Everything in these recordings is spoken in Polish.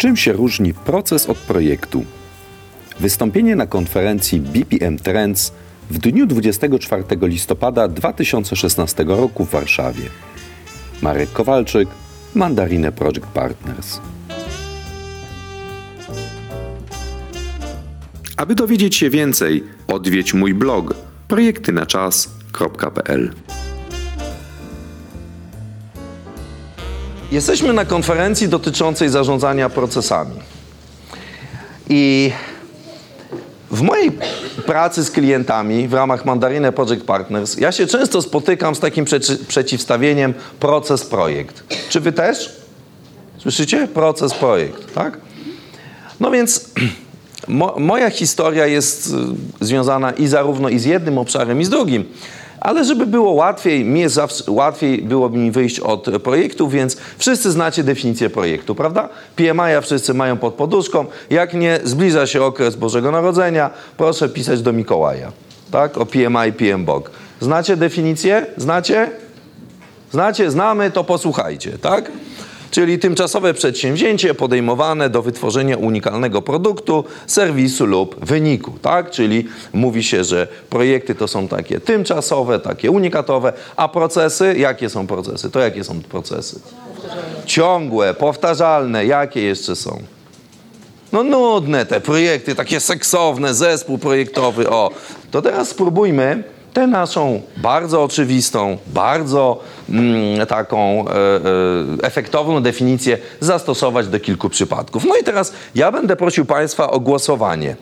Czym się różni proces od projektu? Wystąpienie na konferencji BPM Trends w dniu 24 listopada 2016 roku w Warszawie. Marek Kowalczyk, Mandarinę Project Partners. Aby dowiedzieć się więcej, odwiedź mój blog projektynaczas.pl. Jesteśmy na konferencji dotyczącej zarządzania procesami. I w mojej pracy z klientami w ramach Mandarinę Project Partners ja się często spotykam z takim przeciwstawieniem proces-projekt. Czy wy też? Słyszycie? Proces-projekt, tak? No więc moja historia jest związana i zarówno z jednym obszarem, i z drugim. Ale żeby było łatwiej, łatwiej byłoby mi wyjść od projektu, więc wszyscy znacie definicję projektu, prawda? PMI-a wszyscy mają pod poduszką. Jak nie zbliża się okres Bożego Narodzenia, proszę pisać do Mikołaja. Tak? O PMI, PMBOK. Znacie definicję? Znacie? Znacie? Znamy? To posłuchajcie, tak? Czyli tymczasowe przedsięwzięcie podejmowane do wytworzenia unikalnego produktu, serwisu lub wyniku, tak? Czyli mówi się, że projekty to są takie tymczasowe, takie unikatowe, a procesy, jakie są procesy? To jakie są procesy? Ciągłe, powtarzalne, jakie jeszcze są? No nudne te projekty, takie seksowne, zespół projektowy, o. To teraz spróbujmy tę naszą bardzo oczywistą, bardzo taką efektowną definicję zastosować do kilku przypadków. No i teraz ja będę prosił Państwa o głosowanie.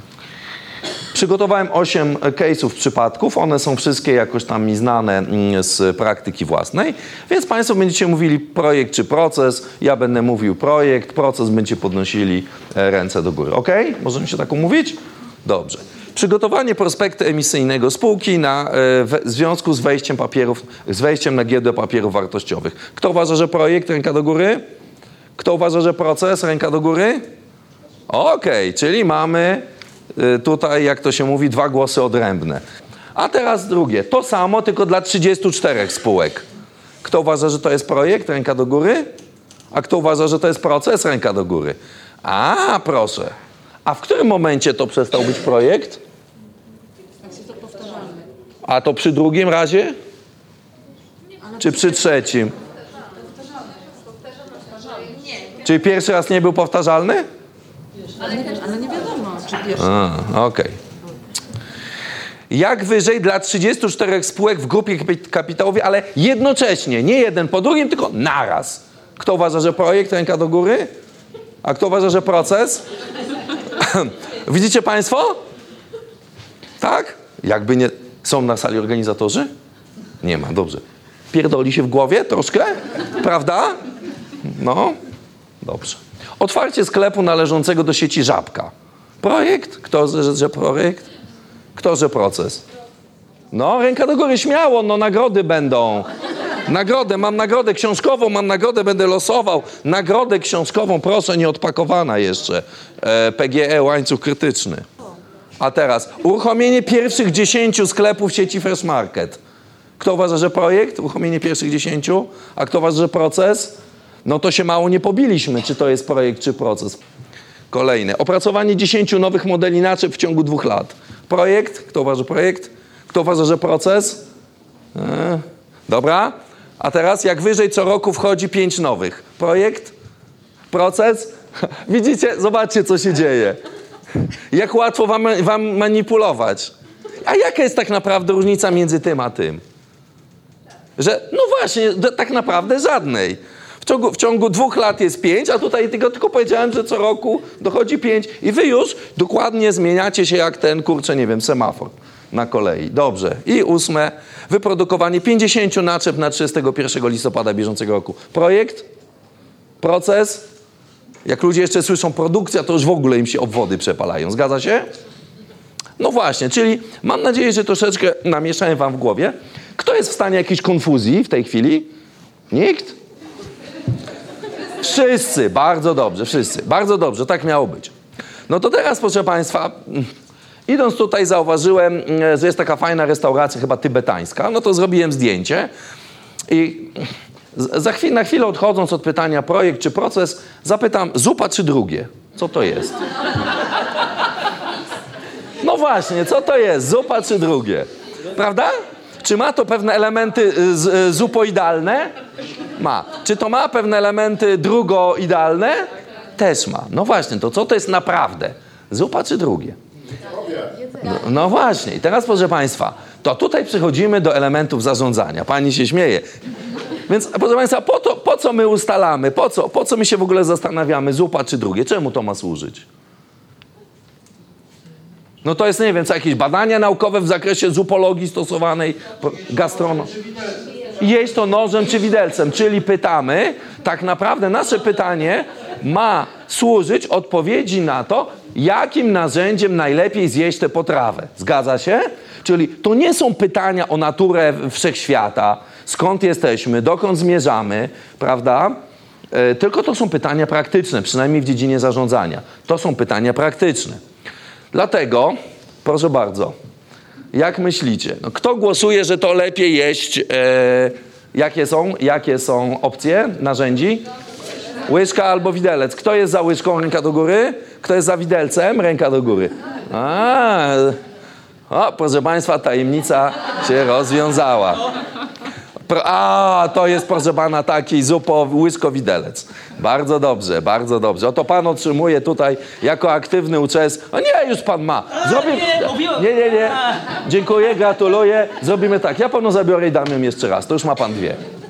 Przygotowałem 8 case'ów przypadków. One są wszystkie jakoś tam mi znane z praktyki własnej. Więc Państwo będziecie mówili projekt czy proces. Ja będę mówił projekt, proces, będziecie podnosili ręce do góry. Ok? Możemy się tak umówić? Dobrze. Przygotowanie prospektu emisyjnego spółki w związku z wejściem na giełdę papierów wartościowych. Kto uważa, że projekt? Ręka do góry. Kto uważa, że proces? Ręka do góry. Okej, czyli mamy tutaj, jak to się mówi, 2 głosy odrębne. A teraz drugie. To samo, tylko dla 34 spółek. Kto uważa, że to jest projekt? Ręka do góry. A kto uważa, że to jest proces? Ręka do góry. A, proszę. A w którym momencie to przestał być projekt? A to przy drugim razie? Czy przy trzecim? Czyli pierwszy raz nie był powtarzalny? Ale nie wiadomo, czy pierwszy. Okej. Jak wyżej dla 34 spółek w grupie kapitałowej, ale jednocześnie, nie jeden po drugim, tylko naraz. Kto uważa, że projekt? Ręka do góry. A kto uważa, że proces? Widzicie Państwo? Tak? Jakby nie... Są na sali organizatorzy? Nie ma, dobrze. Pierdoli się w głowie troszkę? Prawda? No, dobrze. Otwarcie sklepu należącego do sieci Żabka. Projekt? Kto, że projekt? Kto, że proces? No, ręka do góry, śmiało, no nagrody będą. Nagrodę, mam nagrodę książkową, mam nagrodę, będę losował. Nagrodę książkową, proszę, nieodpakowana jeszcze. PGE, łańcuch krytyczny. A teraz, uruchomienie pierwszych 10 sklepów sieci Fresh Market. Kto uważa, że projekt? Uruchomienie pierwszych 10? A kto uważa, że proces? No to się mało nie pobiliśmy, czy to jest projekt, czy proces. Kolejne. Opracowanie 10 nowych modeli naczep w ciągu 2 lat. Projekt? Kto uważa, że projekt? Kto uważa, że proces? Dobra. A teraz, jak wyżej co roku wchodzi 5 nowych. Projekt? Proces? Widzicie? Zobaczcie, co się dzieje. Jak łatwo wam manipulować. A jaka jest tak naprawdę różnica między tym a tym? Że, no właśnie, tak naprawdę żadnej. W ciągu 2 lat jest 5, a tutaj tylko powiedziałem, że co roku dochodzi 5 i wy już dokładnie zmieniacie się jak ten, kurczę, nie wiem, semafor na kolei. Dobrze. I 8. Wyprodukowanie 50 naczep na 31 listopada bieżącego roku. Projekt? Proces? Jak ludzie jeszcze słyszą produkcja, to już w ogóle im się obwody przepalają. Zgadza się? No właśnie, czyli mam nadzieję, że troszeczkę namieszałem wam w głowie. Kto jest w stanie jakiejś konfuzji w tej chwili? Nikt? Wszyscy. Bardzo dobrze, wszyscy. Bardzo dobrze, tak miało być. No to teraz, proszę Państwa, idąc tutaj zauważyłem, że jest taka fajna restauracja, chyba tybetańska. No to zrobiłem zdjęcie i Na chwilę odchodząc od pytania projekt czy proces, zapytam zupa czy drugie? Co to jest? No właśnie, co to jest? Zupa czy drugie? Prawda? Czy ma to pewne elementy zupoidalne? Ma. Czy to ma pewne elementy drugoidalne? Też ma. No właśnie, to co to jest naprawdę? Zupa czy drugie? No właśnie. I teraz, proszę Państwa, to tutaj przechodzimy do elementów zarządzania. Pani się śmieje. Więc, proszę Państwa, po co my ustalamy? Po co my się w ogóle zastanawiamy? Zupa czy drugie? Czemu to ma służyć? No to jest, nie wiem, co jakieś badania naukowe w zakresie zupologii stosowanej, gastronomii. Jeść to nożem czy widelcem, czyli pytamy, tak naprawdę nasze pytanie ma służyć odpowiedzi na to, jakim narzędziem najlepiej zjeść tę potrawę. Zgadza się? Czyli to nie są pytania o naturę wszechświata, skąd jesteśmy, dokąd zmierzamy, prawda? Tylko to są pytania praktyczne, przynajmniej w dziedzinie zarządzania. To są pytania praktyczne. Dlatego, proszę bardzo, jak myślicie? No, kto głosuje, że to lepiej jeść? Jakie są opcje narzędzi? Łyżka albo widelec. Kto jest za łyżką? Ręka do góry. Kto jest za widelcem? Ręka do góry. Proszę Państwa, tajemnica się rozwiązała. To jest, proszę Pana, taki łyżko-widelec. Bardzo dobrze, bardzo dobrze. Oto Pan otrzymuje tutaj jako aktywny uczestnik. O nie, już Pan ma. Nie. Dziękuję, gratuluję. Zrobimy tak. Ja Panu zabiorę i dam ją jeszcze raz. To już ma Pan 2.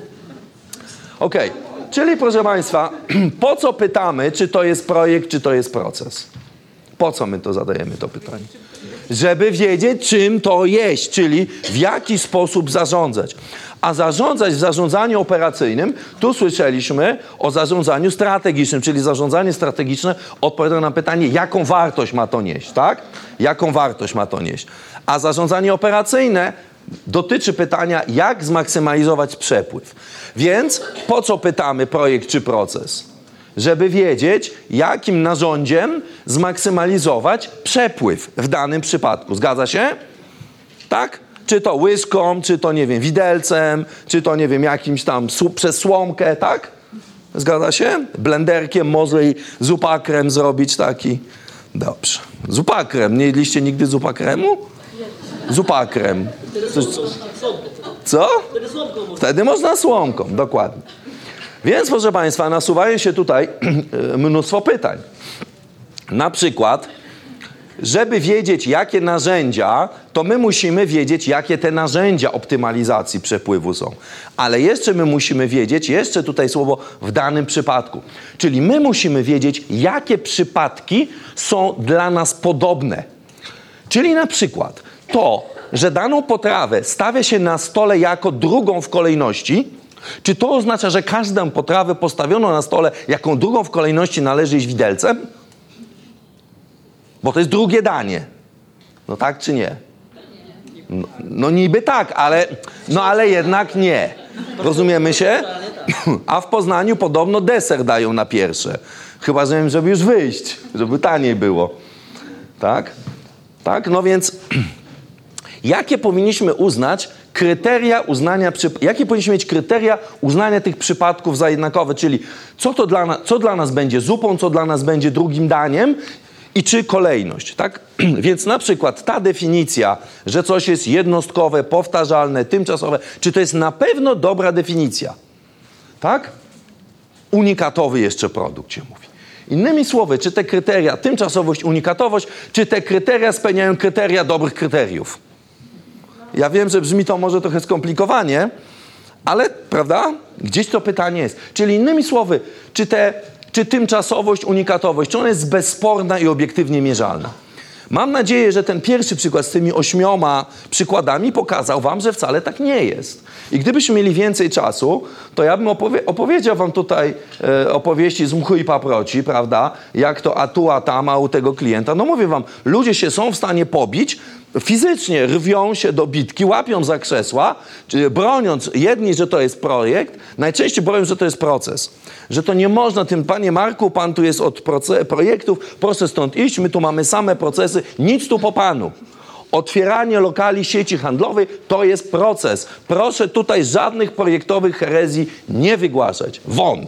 Okej. Czyli, proszę Państwa, po co pytamy, czy to jest projekt, czy to jest proces? Po co my to zadajemy, to pytanie? Żeby wiedzieć, czym to jest, czyli w jaki sposób zarządzać. A zarządzać w zarządzaniu operacyjnym, tu słyszeliśmy o zarządzaniu strategicznym, czyli zarządzanie strategiczne odpowiada na pytanie, jaką wartość ma to nieść, tak? Jaką wartość ma to nieść. A zarządzanie operacyjne dotyczy pytania, jak zmaksymalizować przepływ. Więc po co pytamy projekt czy proces? Żeby wiedzieć, jakim narzędziem zmaksymalizować przepływ w danym przypadku. Zgadza się? Tak? Czy to łyżką, czy to, nie wiem, widelcem, czy to, nie wiem, jakimś tam przez słomkę, tak? Zgadza się? Blenderkiem może i zupakrem zrobić taki. Dobrze. Zupakrem. Nie jedliście nigdy zupakremu? Zupakrem. Co? Wtedy można słomką, dokładnie. Więc, proszę Państwa, nasuwają się tutaj mnóstwo pytań. Na przykład, żeby wiedzieć, jakie narzędzia, to my musimy wiedzieć, jakie te narzędzia optymalizacji przepływu są. Ale jeszcze my musimy wiedzieć, jeszcze tutaj słowo w danym przypadku. Czyli my musimy wiedzieć, jakie przypadki są dla nas podobne. Czyli na przykład to, że daną potrawę stawia się na stole jako drugą w kolejności, czy to oznacza, że każdą potrawę postawioną na stole, jaką drugą w kolejności należy jeść widelcem? Bo to jest drugie danie. No tak czy nie? No niby tak, ale jednak nie. Rozumiemy się? A w Poznaniu podobno deser dają na pierwsze. Chyba, żeby już wyjść, żeby taniej było. Tak? Tak? No więc jakie powinniśmy uznać kryteria uznania, jakie powinniśmy mieć kryteria uznania tych przypadków za jednakowe, czyli co dla nas będzie zupą, co dla nas będzie drugim daniem i czy kolejność, tak? Więc na przykład ta definicja, że coś jest jednostkowe, powtarzalne, tymczasowe, czy to jest na pewno dobra definicja, tak? Unikatowy jeszcze produkt się mówi. Innymi słowy, czy te kryteria, tymczasowość, unikatowość, czy te kryteria spełniają kryteria dobrych kryteriów? Ja wiem, że brzmi to może trochę skomplikowanie, ale, prawda, gdzieś to pytanie jest. Czyli innymi słowy, czy tymczasowość, unikatowość, czy ona jest bezsporna i obiektywnie mierzalna? Mam nadzieję, że ten pierwszy przykład z tymi 8 przykładami pokazał wam, że wcale tak nie jest. I gdybyśmy mieli więcej czasu, to ja bym opowiedział wam tutaj opowieści z mchu i paproci, prawda? Jak to a tu, a tam, a u tego klienta. No mówię wam, ludzie się są w stanie pobić, fizycznie rwią się do bitki, łapią za krzesła, broniąc jedni, że to jest projekt, najczęściej bronią, że to jest proces. Że to nie można tym, panie Marku, pan tu jest od projektów, proszę stąd iść, my tu mamy same procesy, nic tu po panu. Otwieranie lokali sieci handlowej to jest proces. Proszę tutaj żadnych projektowych herezji nie wygłaszać. Won!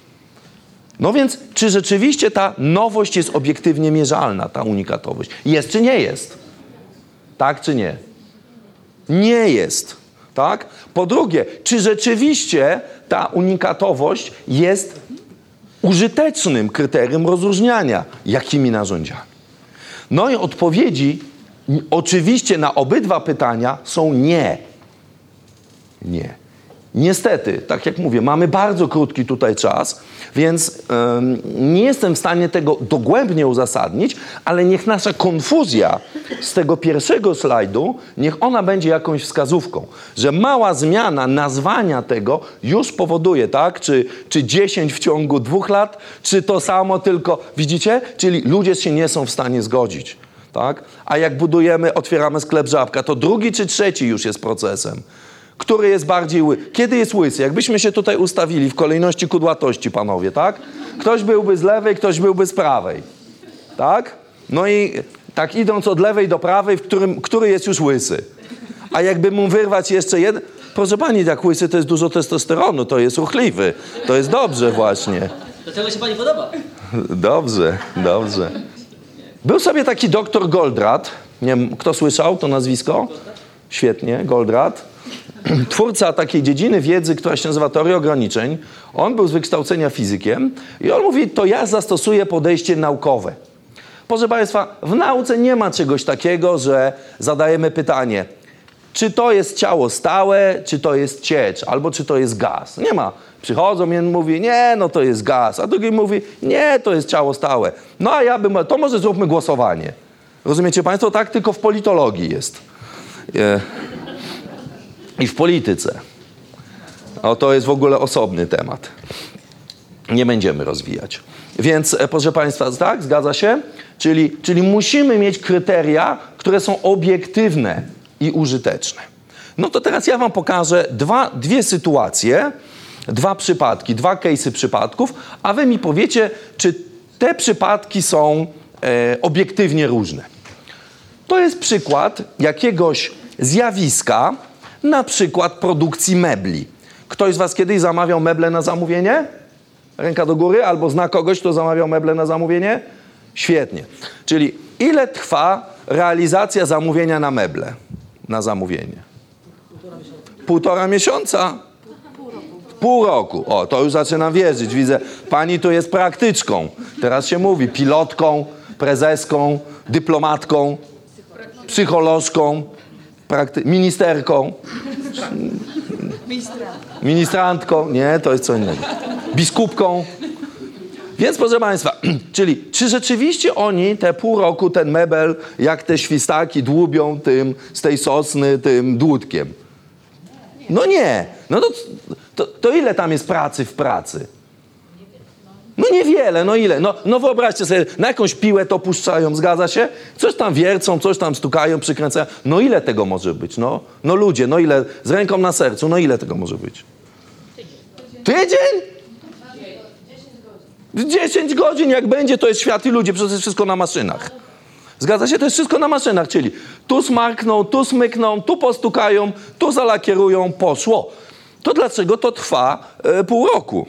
No więc, czy rzeczywiście ta nowość jest obiektywnie mierzalna, ta unikatowość? Jest czy nie jest? Tak czy nie? Nie jest. Tak? Po drugie, czy rzeczywiście ta unikatowość jest użytecznym kryterium rozróżniania? Jakimi narzędziami? No i odpowiedzi oczywiście na obydwa pytania są nie. Nie. Niestety, tak jak mówię, mamy bardzo krótki tutaj czas, więc nie jestem w stanie tego dogłębnie uzasadnić, ale niech nasza konfuzja z tego pierwszego slajdu, niech ona będzie jakąś wskazówką, że mała zmiana nazwania tego już powoduje, tak? Czy 10 w ciągu 2 lat, czy to samo tylko, widzicie? Czyli ludzie się nie są w stanie zgodzić, tak? A jak budujemy, otwieramy sklep Żabka, to drugi czy trzeci już jest procesem. Który jest bardziej Kiedy jest łysy? Jakbyśmy się tutaj ustawili w kolejności kudłatości, panowie, tak? Ktoś byłby z lewej, ktoś byłby z prawej. Tak? No i tak idąc od lewej do prawej, który jest już łysy. A jakby mu wyrwać jeszcze jeden... Proszę pani, jak łysy to jest dużo testosteronu, to jest ruchliwy. To jest dobrze właśnie. Dlaczego się pani podoba? Dobrze, dobrze. Był sobie taki doktor Goldratt. Nie wiem, kto słyszał to nazwisko? Świetnie, Goldratt. Twórca takiej dziedziny wiedzy, która się nazywa teoria ograniczeń. On był z wykształcenia fizykiem i on mówi, to ja zastosuję podejście naukowe. Proszę państwa, w nauce nie ma czegoś takiego, że zadajemy pytanie, czy to jest ciało stałe, czy to jest ciecz, albo czy to jest gaz. Nie ma. Przychodzą, jeden mówi, nie, no to jest gaz, a drugi mówi, nie, to jest ciało stałe. No a ja bym, to może zróbmy głosowanie. Rozumiecie państwo? Tak tylko w politologii jest. I w polityce. O, to jest w ogóle osobny temat. Nie będziemy rozwijać. Więc, proszę państwa, tak, zgadza się? Czyli musimy mieć kryteria, które są obiektywne i użyteczne. No to teraz ja wam pokażę dwie sytuacje, 2 przypadki, 2 case'y przypadków, a wy mi powiecie, czy te przypadki są obiektywnie różne. To jest przykład jakiegoś zjawiska, na przykład produkcji mebli. Ktoś z was kiedyś zamawiał meble na zamówienie? Ręka do góry. Albo zna kogoś, kto zamawiał meble na zamówienie? Świetnie. Czyli ile trwa realizacja zamówienia na meble? Na zamówienie? 1,5 miesiąca? Pół roku. O, to już zaczynam wierzyć. Widzę, pani tu jest praktyczką. Teraz się mówi pilotką, prezeską, dyplomatką, psycholożką, ministerką. Ministrantką. Nie, to jest co innego. Biskupką. Więc proszę państwa, czyli czy rzeczywiście oni te pół roku ten mebel, jak te świstaki dłubią z tej sosny tym dłutkiem? No nie. No to ile tam jest pracy w pracy? No niewiele, no ile? No wyobraźcie sobie, na jakąś piłę to puszczają, zgadza się? Coś tam wiercą, coś tam stukają, przykręcają. No ile tego może być? No ludzie, no ile? Z ręką na sercu, no ile tego może być? Tydzień? 10 godzin jak będzie, to jest świat i ludzie, przecież jest wszystko na maszynach. Zgadza się? To jest wszystko na maszynach, czyli tu smarkną, tu smykną, tu postukają, tu zalakierują, poszło. To dlaczego to trwa pół roku?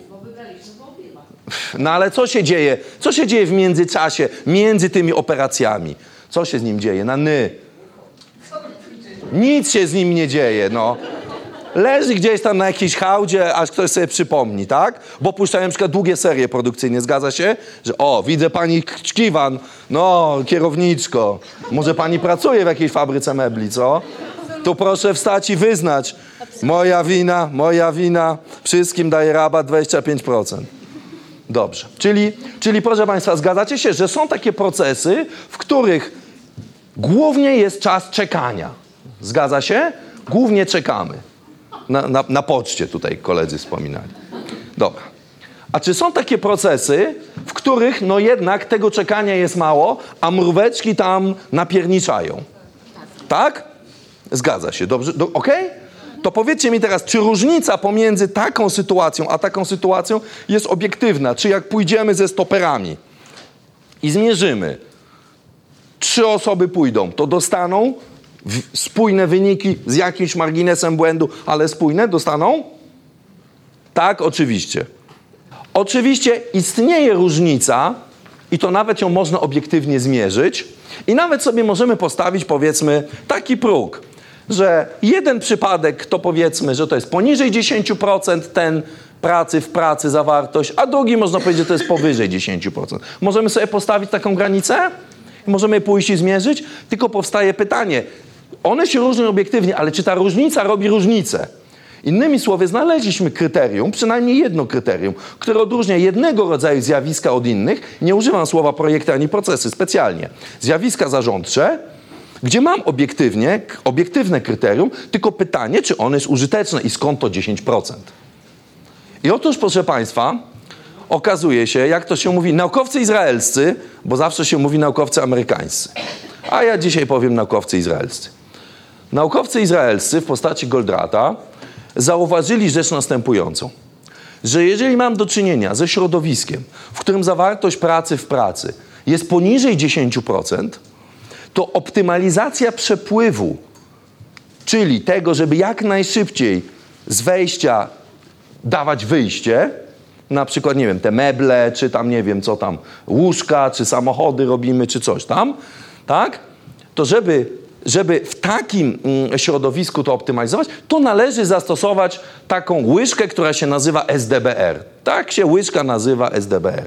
No ale co się dzieje? Co się dzieje w międzyczasie, między tymi operacjami? Co się z nim dzieje? Nic się z nim nie dzieje, no. Leży gdzieś tam na jakiejś hałdzie, aż ktoś sobie przypomni, tak? Bo puszczają na przykład długie serie produkcyjne, zgadza się? Że widzę pani Czkiwan, no, kierowniczko, może pani pracuje w jakiejś fabryce mebli, co? Tu proszę wstać i wyznać. Moja wina, wszystkim daje rabat 25%. Dobrze. Czyli proszę państwa, zgadzacie się, że są takie procesy, w których głównie jest czas czekania. Zgadza się? Głównie czekamy. Na poczcie tutaj koledzy wspominali. Dobra. A czy są takie procesy, w których no jednak tego czekania jest mało, a mróweczki tam napierniczają? Tak? Zgadza się. Dobrze? Okej? To powiedzcie mi teraz, czy różnica pomiędzy taką sytuacją a taką sytuacją jest obiektywna? Czy jak pójdziemy ze stoperami i zmierzymy, 3 osoby pójdą, to dostaną spójne wyniki z jakimś marginesem błędu, ale spójne dostaną? Tak, oczywiście. Oczywiście istnieje różnica i to nawet ją można obiektywnie zmierzyć i nawet sobie możemy postawić, powiedzmy, taki próg, że jeden przypadek to powiedzmy, że to jest poniżej 10% ten pracy w pracy zawartość, a drugi można powiedzieć, że to jest powyżej 10%. Możemy sobie postawić taką granicę? Możemy pójść i zmierzyć? Tylko powstaje pytanie, one się różnią obiektywnie, ale czy ta różnica robi różnicę? Innymi słowy, znaleźliśmy kryterium, przynajmniej jedno kryterium, które odróżnia jednego rodzaju zjawiska od innych. Nie używam słowa projekty ani procesy specjalnie. Zjawiska zarządcze, gdzie mam obiektywne kryterium, tylko pytanie, czy ono jest użyteczne i skąd to 10%. I otóż, proszę Państwa, okazuje się, jak to się mówi, naukowcy izraelscy, bo zawsze się mówi naukowcy amerykańscy, a ja dzisiaj powiem naukowcy izraelscy. Naukowcy izraelscy w postaci Goldrata zauważyli rzecz następującą, że jeżeli mam do czynienia ze środowiskiem, w którym zawartość pracy w pracy jest poniżej 10%, to optymalizacja przepływu, czyli tego, żeby jak najszybciej z wejścia dawać wyjście, na przykład, nie wiem, te meble, czy tam, nie wiem, co tam, łóżka, czy samochody robimy, czy coś tam, tak? To żeby w takim środowisku to optymalizować, to należy zastosować taką łyżkę, która się nazywa SDBR. Tak się łyżka nazywa SDBR.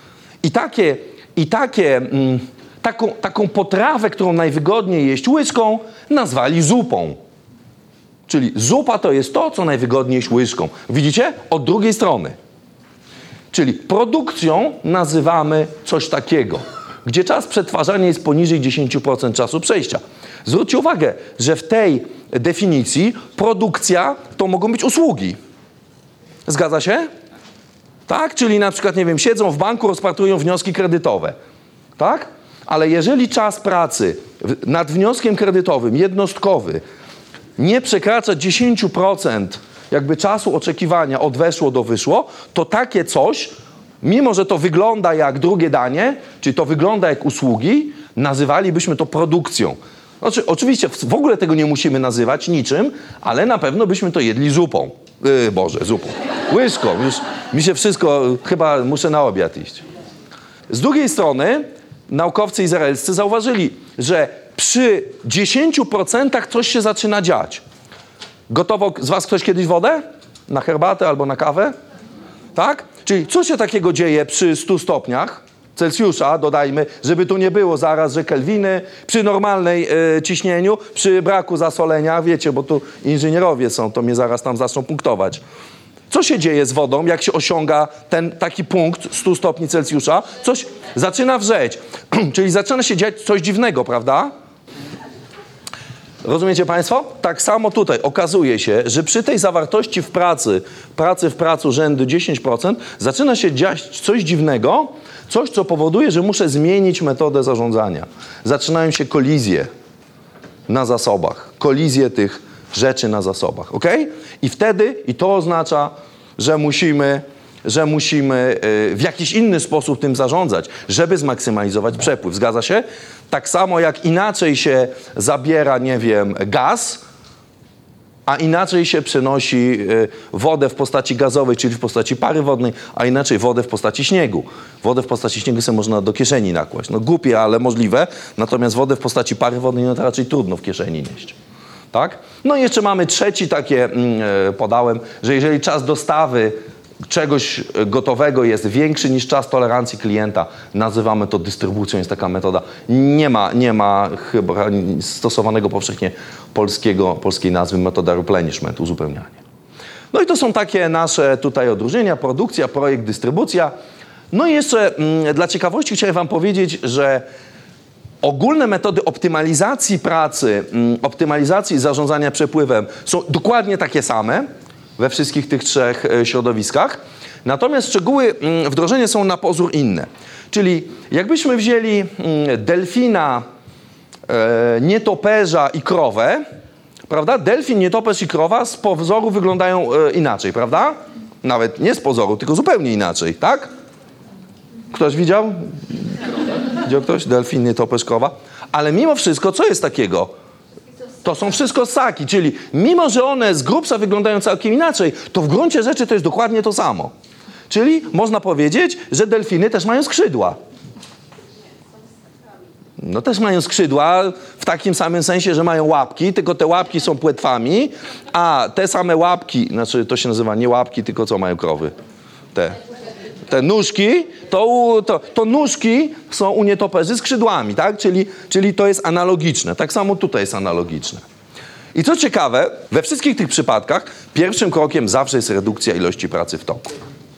Taką potrawę, którą najwygodniej jeść łyżką, nazwali zupą. Czyli zupa to jest to, co najwygodniej jeść łyżką. Widzicie? Od drugiej strony. Czyli produkcją nazywamy coś takiego, gdzie czas przetwarzania jest poniżej 10% czasu przejścia. Zwróćcie uwagę, że w tej definicji produkcja to mogą być usługi. Zgadza się? Tak? Czyli na przykład, nie wiem, siedzą w banku, rozpatrują wnioski kredytowe. Tak? Ale jeżeli czas pracy nad wnioskiem kredytowym, jednostkowy, nie przekracza 10% jakby czasu oczekiwania od weszło do wyszło, to takie coś, mimo że to wygląda jak drugie danie, czyli to wygląda jak usługi, nazywalibyśmy to produkcją. Znaczy, oczywiście w ogóle tego nie musimy nazywać niczym, ale na pewno byśmy to jedli zupą. Zupą. Łyżką. Już mi się wszystko, chyba muszę na obiad iść. Z drugiej strony naukowcy izraelscy zauważyli, że przy 10% coś się zaczyna dziać. Gotował z was ktoś kiedyś wodę? Na herbatę albo na kawę? Tak? Czyli co się takiego dzieje przy 100 stopniach Celsjusza, dodajmy, żeby tu nie było zaraz, że kelwiny, przy normalnej ciśnieniu, przy braku zasolenia, wiecie, bo tu inżynierowie są, to mnie zaraz tam zaczną punktować. Co się dzieje z wodą, jak się osiąga ten taki punkt 100 stopni Celsjusza? Coś zaczyna wrzeć, czyli zaczyna się dziać coś dziwnego, prawda? Rozumiecie Państwo? Tak samo tutaj okazuje się, że przy tej zawartości w pracy rzędu 10%, zaczyna się dziać coś dziwnego, coś, co powoduje, że muszę zmienić metodę zarządzania. Zaczynają się kolizje na zasobach, kolizje tych rzeczy na zasobach, ok? I wtedy, i to oznacza, że musimy w jakiś inny sposób tym zarządzać, żeby zmaksymalizować przepływ. Zgadza się? Tak samo jak inaczej się zabiera, nie wiem, gaz, a inaczej się przenosi wodę w postaci gazowej, czyli w postaci pary wodnej, a inaczej wodę w postaci śniegu. Wodę w postaci śniegu sobie można do kieszeni nakłaść. No głupie, ale możliwe. Natomiast wodę w postaci pary wodnej no to raczej trudno w kieszeni nieść. Tak? No i jeszcze mamy trzeci takie, podałem, że jeżeli czas dostawy czegoś gotowego jest większy niż czas tolerancji klienta, nazywamy to dystrybucją, jest taka metoda. Nie ma chyba stosowanego powszechnie polskiej nazwy metoda replenishment, uzupełnianie. No i to są takie nasze tutaj odróżnienia, produkcja, projekt, dystrybucja. No i jeszcze dla ciekawości chciałem wam powiedzieć, że ogólne metody optymalizacji pracy, optymalizacji zarządzania przepływem są dokładnie takie same we wszystkich tych trzech środowiskach. Natomiast szczegóły wdrożenia są na pozór inne. Czyli jakbyśmy wzięli delfina, nietoperza i krowę, prawda? Delfin, nietoperz i krowa z pozoru wyglądają inaczej, prawda? Nawet nie z pozoru, tylko zupełnie inaczej, tak? Ktoś widział? Widział ktoś? Delfin, nietoperz, krowa? Ale mimo wszystko, co jest takiego? To są wszystko ssaki, czyli mimo, że one z grubsza wyglądają całkiem inaczej, to w gruncie rzeczy to jest dokładnie to samo. Czyli można powiedzieć, że delfiny też mają skrzydła. No też mają skrzydła w takim samym sensie, że mają łapki, tylko te łapki są płetwami, a te same łapki, znaczy to się nazywa nie łapki, tylko co mają krowy? Te nóżki, to nóżki są u nietoperzy skrzydłami, tak? Czyli to jest analogiczne. Tak samo tutaj jest analogiczne. I co ciekawe, we wszystkich tych przypadkach pierwszym krokiem zawsze jest redukcja ilości pracy w toku.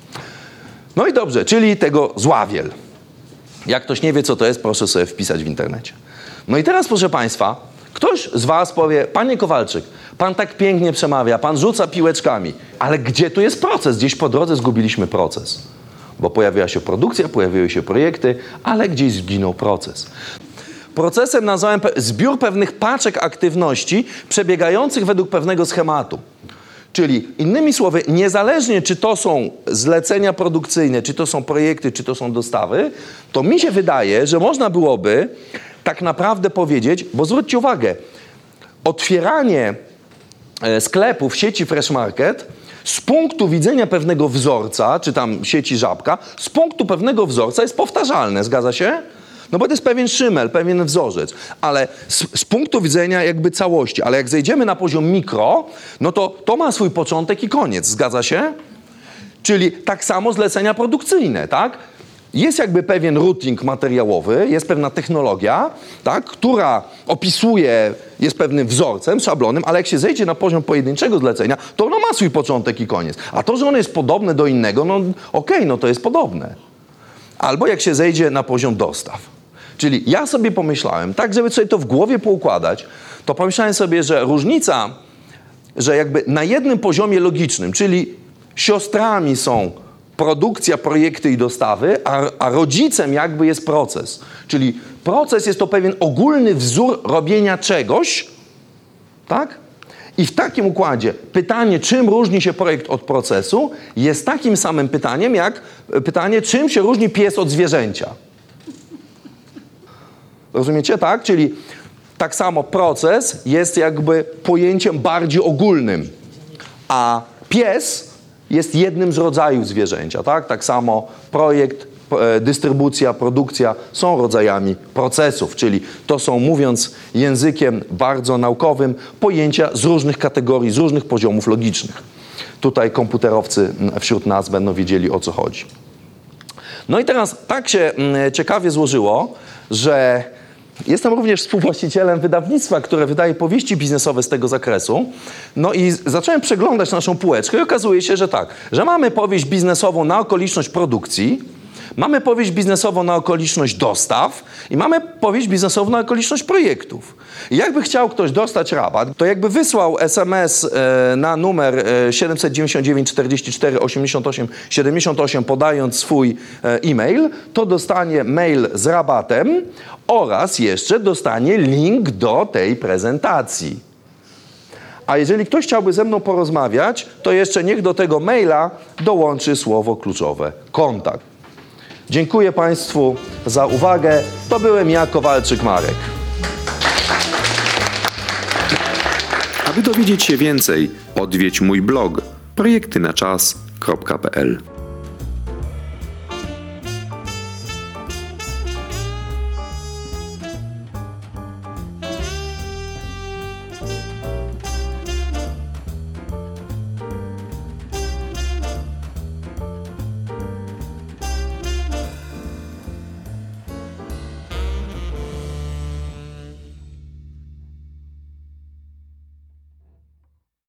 No i dobrze, czyli tego zławiel. Jak ktoś nie wie, co to jest, proszę sobie wpisać w internecie. No i teraz, proszę Państwa, ktoś z Was powie, Panie Kowalczyk, Pan tak pięknie przemawia, Pan rzuca piłeczkami, ale gdzie tu jest proces? Gdzieś po drodze zgubiliśmy proces. Bo pojawiła się produkcja, pojawiły się projekty, ale gdzieś zginął proces. Procesem nazwałem zbiór pewnych paczek aktywności przebiegających według pewnego schematu. Czyli innymi słowy, niezależnie czy to są zlecenia produkcyjne, czy to są projekty, czy to są dostawy, to mi się wydaje, że można byłoby tak naprawdę powiedzieć, bo zwróćcie uwagę, otwieranie sklepu w sieci Fresh Market z punktu widzenia pewnego wzorca, czy tam sieci Żabka, z punktu pewnego wzorca jest powtarzalne, zgadza się? No bo to jest pewien szymel, pewien wzorzec, ale z punktu widzenia jakby całości, ale jak zejdziemy na poziom mikro, no to ma swój początek i koniec, zgadza się? Czyli tak samo zlecenia produkcyjne, tak? Jest jakby pewien routing materiałowy, jest pewna technologia, tak, która opisuje, jest pewnym wzorcem, szablonem, ale jak się zejdzie na poziom pojedynczego zlecenia, to ono ma swój początek i koniec. A to, że ono jest podobne do innego, no okej, no to jest podobne. Albo jak się zejdzie na poziom dostaw. Czyli ja sobie pomyślałem, tak żeby sobie to w głowie poukładać, to pomyślałem sobie, że różnica, że jakby na jednym poziomie logicznym, czyli siostrami są produkcja, projekty i dostawy, a rodzicem jakby jest proces. Czyli proces jest to pewien ogólny wzór robienia czegoś, tak? I w takim układzie pytanie, czym różni się projekt od procesu, jest takim samym pytaniem, jak pytanie, czym się różni pies od zwierzęcia. Rozumiecie, tak? Czyli tak samo proces jest jakby pojęciem bardziej ogólnym, a pies jest jednym z rodzajów zwierzęcia, tak? Tak samo projekt, dystrybucja, produkcja są rodzajami procesów, czyli to są, mówiąc językiem bardzo naukowym, pojęcia z różnych kategorii, z różnych poziomów logicznych. Tutaj komputerowcy wśród nas będą wiedzieli, o co chodzi. No i teraz tak się ciekawie złożyło, że jestem również współwłaścicielem wydawnictwa, które wydaje powieści biznesowe z tego zakresu. No i zacząłem przeglądać naszą półeczkę i okazuje się, że tak, że mamy powieść biznesową na okoliczność produkcji, mamy powieść biznesową na okoliczność dostaw i mamy powieść biznesową na okoliczność projektów. I jakby chciał ktoś dostać rabat, to jakby wysłał SMS na numer 799 44 88 78 podając swój e-mail, to dostanie mail z rabatem oraz jeszcze dostanie link do tej prezentacji. A jeżeli ktoś chciałby ze mną porozmawiać, to jeszcze niech do tego maila dołączy słowo kluczowe kontakt. Dziękuję Państwu za uwagę. To byłem ja, Kowalczyk Marek. Aby dowiedzieć się więcej, odwiedź mój blog projektynaczas.pl.